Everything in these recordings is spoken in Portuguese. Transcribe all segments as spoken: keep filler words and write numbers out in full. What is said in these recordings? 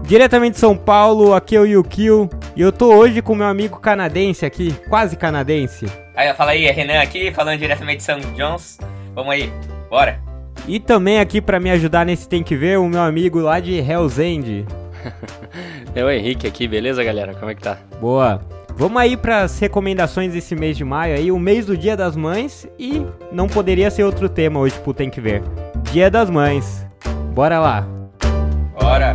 Diretamente de São Paulo, aqui é o Yukio e eu tô hoje com meu amigo canadense aqui, quase canadense. Aí, fala aí, é Renan aqui, falando diretamente de São John's. Vamos aí, bora. E também aqui pra me ajudar nesse Tem Que Ver, o meu amigo lá de Hell's End. É o Henrique aqui, beleza, galera? Como é que tá? Boa. Vamos aí pras recomendações desse mês de maio aí, o mês do Dia das Mães, e não poderia ser outro tema hoje pro Tem Que Ver. Dia das Mães. Bora lá. Bora.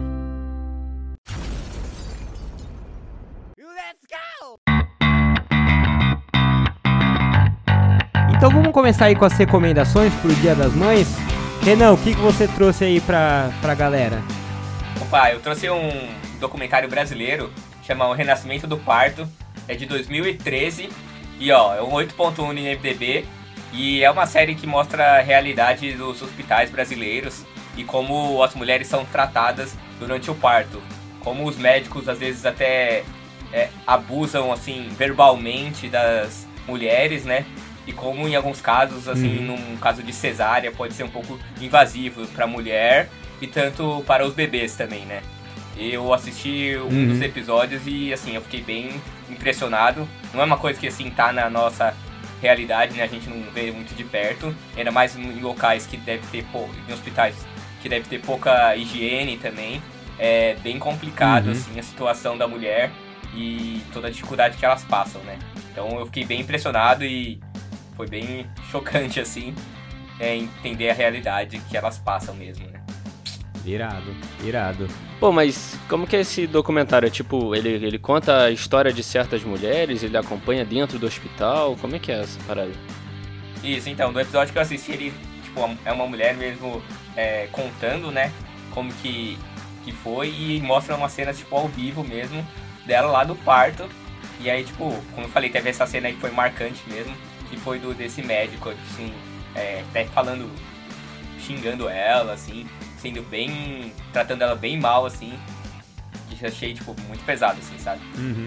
Então vamos começar aí com as recomendações pro Dia das Mães. Renan, o que, que você trouxe aí pra, pra galera? Opa, eu trouxe um documentário brasileiro, chama O Renascimento do Parto, é de dois mil e treze, e ó, é um oito ponto um no I M D B, e é uma série que mostra a realidade dos hospitais brasileiros e como as mulheres são tratadas durante o parto, como os médicos às vezes até é, abusam assim verbalmente das mulheres, né? E como em alguns casos, assim, hum. num caso de cesárea, pode ser um pouco invasivo para a mulher e tanto para os bebês também, né? Eu assisti um uhum. dos episódios e, assim, eu fiquei bem impressionado. Não é uma coisa que, assim, tá na nossa realidade, né? A gente não vê muito de perto. Ainda mais em locais que deve ter, pou... em hospitais que deve ter pouca higiene também. É bem complicado, uhum. assim, a situação da mulher e toda a dificuldade que elas passam, né? Então eu fiquei bem impressionado e foi bem chocante, assim, é, entender a realidade que elas passam mesmo, né? Irado, irado. Pô, mas como que é esse documentário? Tipo, ele, ele conta a história de certas mulheres, ele acompanha dentro do hospital, como é que é essa parada? Isso, então, no episódio que eu assisti, ele, tipo, é uma mulher mesmo é, contando, né, como que, que foi e mostra uma cena, tipo, ao vivo mesmo, dela lá do parto. E aí, tipo, como eu falei, teve essa cena aí que foi marcante mesmo, que foi do desse médico, assim, é, até falando, xingando ela, assim, sendo bem, tratando ela bem mal, assim, que eu achei, tipo, muito pesado, assim, sabe? Uhum.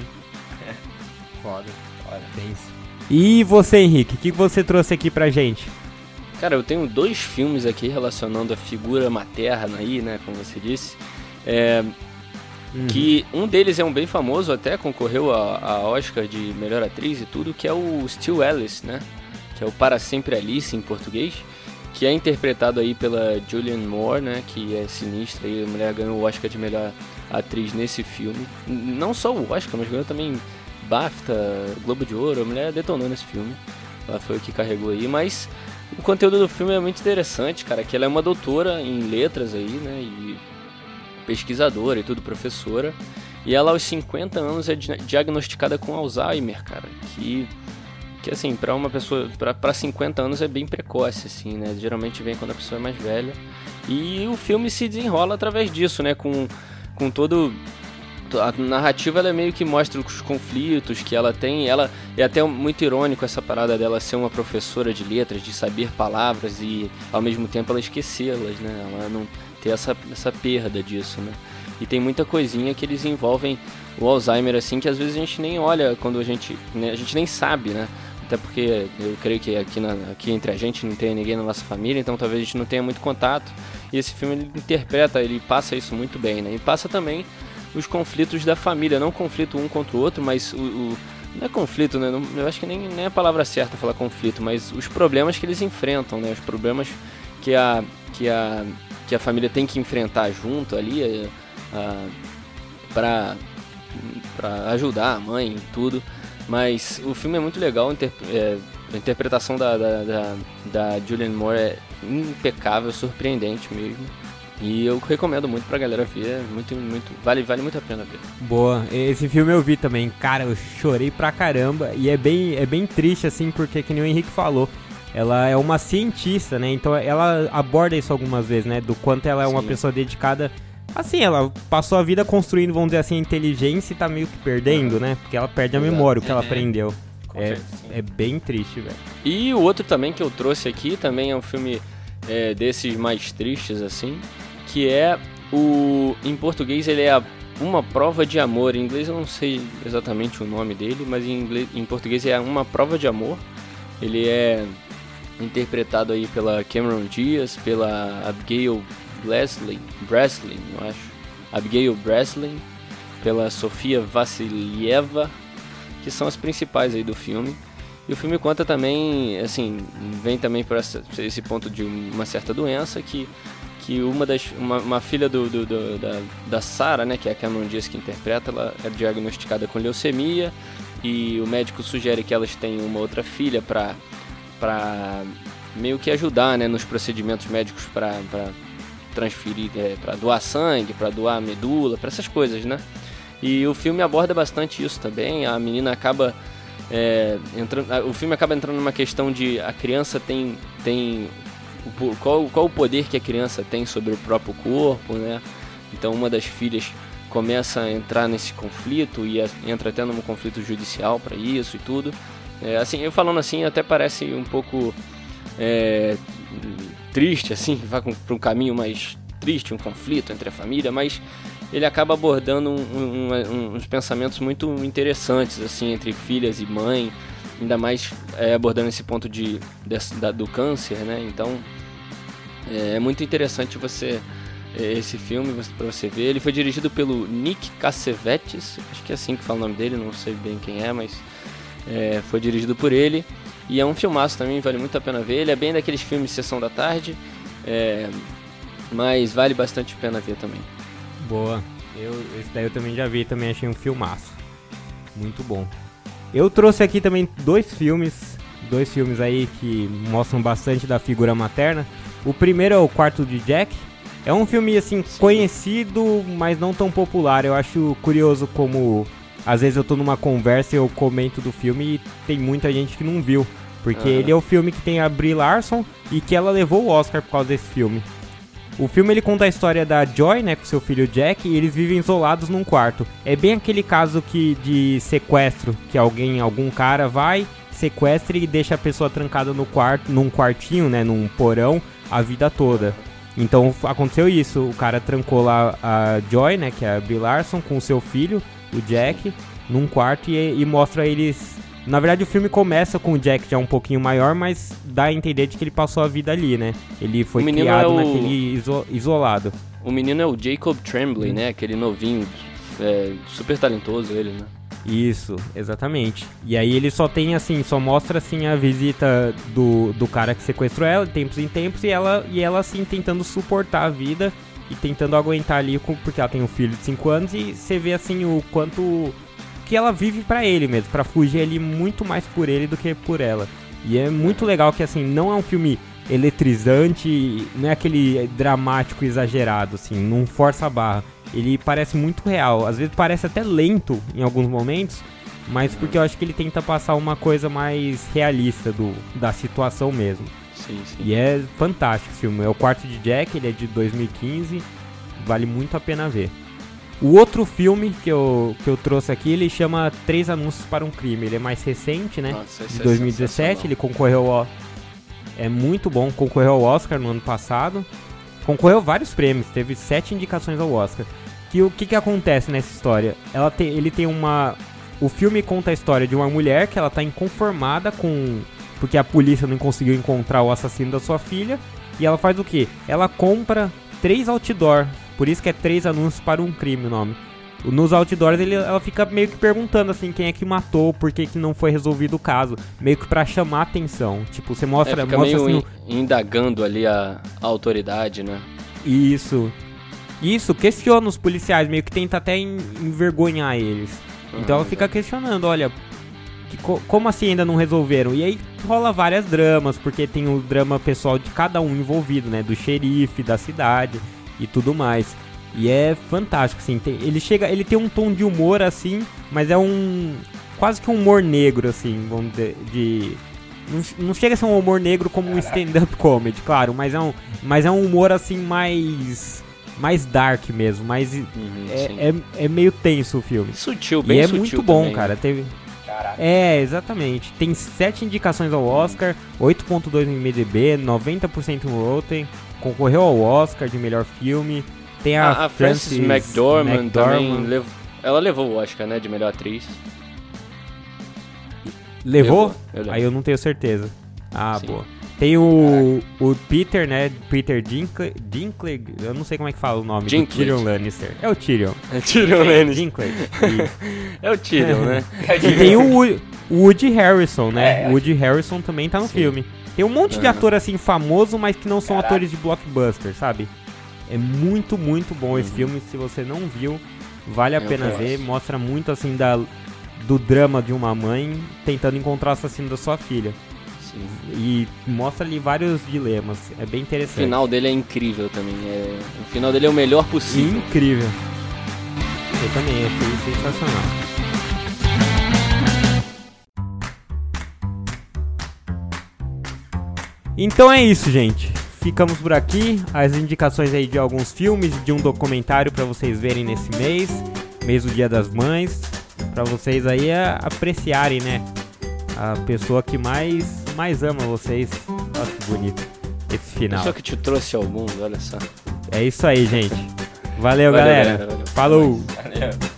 Foda. Foda. Pensa. E você, Henrique, o que você trouxe aqui pra gente? Cara, eu tenho dois filmes aqui relacionando a figura materna aí, né, como você disse, é... Uhum. Que um deles é um bem famoso, até concorreu a, a Oscar de melhor atriz e tudo, que é o Still Alice, né? Que é o Para Sempre Alice em português, que é interpretado aí pela Julianne Moore, né? Que é sinistra, e a mulher ganhou o Oscar de melhor atriz nesse filme. Não só o Oscar, mas ganhou também BAFTA, Globo de Ouro, a mulher detonou nesse filme. Ela foi o que carregou aí, mas o conteúdo do filme é muito interessante, cara, que ela é uma doutora em letras aí, né? E pesquisadora e tudo, professora, e ela aos cinquenta anos é diagnosticada com Alzheimer, cara, que, que assim, pra uma pessoa, pra, pra cinquenta anos é bem precoce, assim, né, geralmente vem quando a pessoa é mais velha, e o filme se desenrola através disso, né, com, com todo, a narrativa ela meio que mostra os conflitos que ela tem, ela é até muito irônico essa parada dela ser uma professora de letras, de saber palavras e ao mesmo tempo ela esquecê-las, né, ela não ter essa, essa perda disso, né? E tem muita coisinha que eles envolvem o Alzheimer, assim, que às vezes a gente nem olha quando a gente... Né, a gente nem sabe, né? Até porque eu creio que aqui, na, aqui entre a gente não tem ninguém na nossa família, então talvez a gente não tenha muito contato. E esse filme, ele interpreta, ele passa isso muito bem, né? E passa também os conflitos da família, não conflito um contra o outro, mas o... o não é conflito, né? Não, eu acho que nem, nem é a palavra certa falar conflito, mas os problemas que eles enfrentam, né? Os problemas que a... Que a que a família tem que enfrentar junto ali uh, para para ajudar a mãe e tudo, mas o filme é muito legal, inter, é, a interpretação da, da, da, da Julianne Moore é impecável, surpreendente mesmo, e eu recomendo muito pra galera ver, muito, muito, vale, vale muito a pena ver. Boa, esse filme eu vi também, cara, eu chorei pra caramba, e é bem, é bem triste assim, porque que nem o Henrique falou, ela é uma cientista, né? Então ela aborda isso algumas vezes, né? Do quanto ela é uma Sim. pessoa dedicada. Assim, ela passou a vida construindo, vamos dizer assim, a inteligência e tá meio que perdendo, uhum. né? Porque ela perde a memória, o que ela aprendeu. É, é bem triste, velho. E o outro também que eu trouxe aqui, também é um filme é, desses mais tristes, assim, que é o... Em português ele é a Uma Prova de Amor. Em inglês eu não sei exatamente o nome dele, mas em, inglês, em português é Uma Prova de Amor. Ele é interpretado aí pela Cameron Diaz, pela Abigail Breslin, Breslin, eu acho. Abigail Breslin, pela Sofia Vassilieva, que são as principais aí do filme. E o filme conta também, assim, vem também por essa, esse ponto de uma certa doença que, que uma, das, uma, uma filha do, do, do, da, da Sarah, né, que é a Cameron Diaz que interpreta, ela é diagnosticada com leucemia e o médico sugere que elas tenham uma outra filha para para meio que ajudar, né, nos procedimentos médicos para transferir, é, para doar sangue, para doar medula, para essas coisas, né? E o filme aborda bastante isso também. A menina acaba É, entrando, o filme acaba entrando numa questão de a criança tem, tem o, qual, qual o poder que a criança tem sobre o próprio corpo, né? Então uma das filhas começa a entrar nesse conflito e a, entra até num conflito judicial para isso e tudo. É, assim, eu falando assim até parece um pouco é, triste, assim, vai para um caminho mais triste, um conflito entre a família, mas ele acaba abordando um, um, um, uns pensamentos muito interessantes, assim, entre filhas e mãe, ainda mais é, abordando esse ponto de, de, da, do câncer, né? Então, é, é muito interessante você é, esse filme para você ver. Ele foi dirigido pelo Nick Cassavetes, acho que é assim que fala o nome dele, não sei bem quem é, mas é, foi dirigido por ele. E é um filmaço também, vale muito a pena ver. Ele é bem daqueles filmes de sessão da tarde, é, mas vale bastante a pena ver também. Boa, eu, esse daí eu também já vi, também achei um filmaço, muito bom. Eu trouxe aqui também dois filmes, dois filmes aí que mostram bastante da figura materna. O primeiro é O Quarto de Jack, é um filme assim conhecido, mas não tão popular. Eu acho curioso como às vezes eu tô numa conversa e eu comento do filme e tem muita gente que não viu, porque uhum. ele é o filme que tem a Brie Larson e que ela levou o Oscar por causa desse filme. O filme ele conta a história da Joy, né, com seu filho Jack, e eles vivem isolados num quarto. É bem aquele caso que, de sequestro, que alguém, algum cara vai, sequestra e deixa a pessoa trancada no quarto, num quartinho, né, num porão, a vida toda. Então aconteceu isso, o cara trancou lá a Joy, né, que é a Brie Larson, com o seu filho, o Jack, num quarto e, e mostra eles... Na verdade o filme começa com o Jack já um pouquinho maior, mas dá a entender de que ele passou a vida ali, né? Ele foi criado é o... naquele iso... isolado. O menino é o Jacob Tremblay, hum. né? Aquele novinho, é, super talentoso ele, né? Isso, exatamente. E aí ele só tem assim, só mostra assim a visita do, do cara que sequestrou ela, de tempos em tempos, e ela, e ela assim tentando suportar a vida e tentando aguentar ali, porque ela tem um filho de cinco anos e você vê assim o quanto... que ela vive pra ele mesmo, pra fugir ali muito mais por ele do que por ela. E é muito legal que, assim, não é um filme eletrizante, não é aquele dramático exagerado, assim, não força a barra. Ele parece muito real, às vezes parece até lento em alguns momentos, mas porque eu acho que ele tenta passar uma coisa mais realista do, da situação mesmo. Sim, sim. E é fantástico o filme, é O Quarto de Jack, ele é de dois mil e quinze, vale muito a pena ver. O outro filme que eu, que eu trouxe aqui, ele chama Três Anúncios para um Crime. Ele é mais recente, né? Nossa, de dois mil e dezessete, ele concorreu ao... É muito bom, concorreu ao Oscar no ano passado. Concorreu a vários prêmios, teve sete indicações ao Oscar. Que, o que que acontece nessa história? Ela tem, ele tem uma... O filme conta a história de uma mulher que ela tá inconformada com... Porque a polícia não conseguiu encontrar o assassino da sua filha. E ela faz o quê? Ela compra três outdoor. Por isso que é Três Anúncios para um Crime o nome. Nos outdoors ele, ela fica meio que perguntando assim quem é que matou, por que, que não foi resolvido o caso. Meio que pra chamar a atenção. Tipo, você mostra... É, fica mostra meio assim, in, indagando ali a, a autoridade, né? Isso. Isso, questiona os policiais, meio que tenta até envergonhar eles. Uhum, então ela fica é. questionando, olha... Que, co, como assim ainda não resolveram? E aí rola várias dramas, porque tem o drama pessoal de cada um envolvido, né? Do xerife, da cidade... e tudo mais. E é fantástico, assim. Tem, ele chega, ele tem um tom de humor, assim, mas é um... quase que um humor negro, assim, vamos dizer, de... Não, não chega a ser um humor negro como um stand-up comedy, claro, mas é um, mas é um humor, assim, mais... mais dark mesmo, mais... Uhum, é, é, é meio tenso o filme. Sutil, bem e é sutil muito bom, também, cara. Né? Teve... É, exatamente. Tem sete indicações ao Oscar, oito ponto dois no I M D B, noventa por cento no Rotten, concorreu ao Oscar de melhor filme. Tem a, a, a Frances, Frances McDormand, McDormand também, lev... ela levou o Oscar, né, de melhor atriz. Levou? levou? Eu Aí eu não tenho certeza. Ah, Sim. boa. Tem o, o Peter, né? Peter Dinklage, Dinklage, eu não sei como é que fala o nome Dinklage. do Tyrion Lannister. É o Tyrion. É Tyrion Lannister. Dinklage. É o Tyrion, né? E tem o, Wo- o Woody Harrelson, né? É, o Woody Harrelson também tá no Sim. filme. Tem um monte de Uhum. ator assim famoso, mas que não são Caraca. atores de blockbuster, sabe? É muito, muito bom esse Uhum. filme. Se você não viu, vale a Eu pena gosto. ver. Mostra muito assim da, do drama de uma mãe tentando encontrar o assassino da sua filha. Sim. E mostra ali vários dilemas. É bem O interessante. final dele é incrível também. É... O final dele é o melhor possível. Incrível. Eu também achei sensacional. Então é isso, gente. Ficamos por aqui. As indicações aí de alguns filmes, de um documentário para vocês verem nesse mês, mês do Dia das Mães, para vocês aí a- apreciarem, né? A pessoa que mais mais ama vocês. Olha que bonito esse A final. pessoa que te trouxe ao mundo, olha só. É isso aí, gente. Valeu, Valeu, galera. galera, valeu. Falou. Valeu.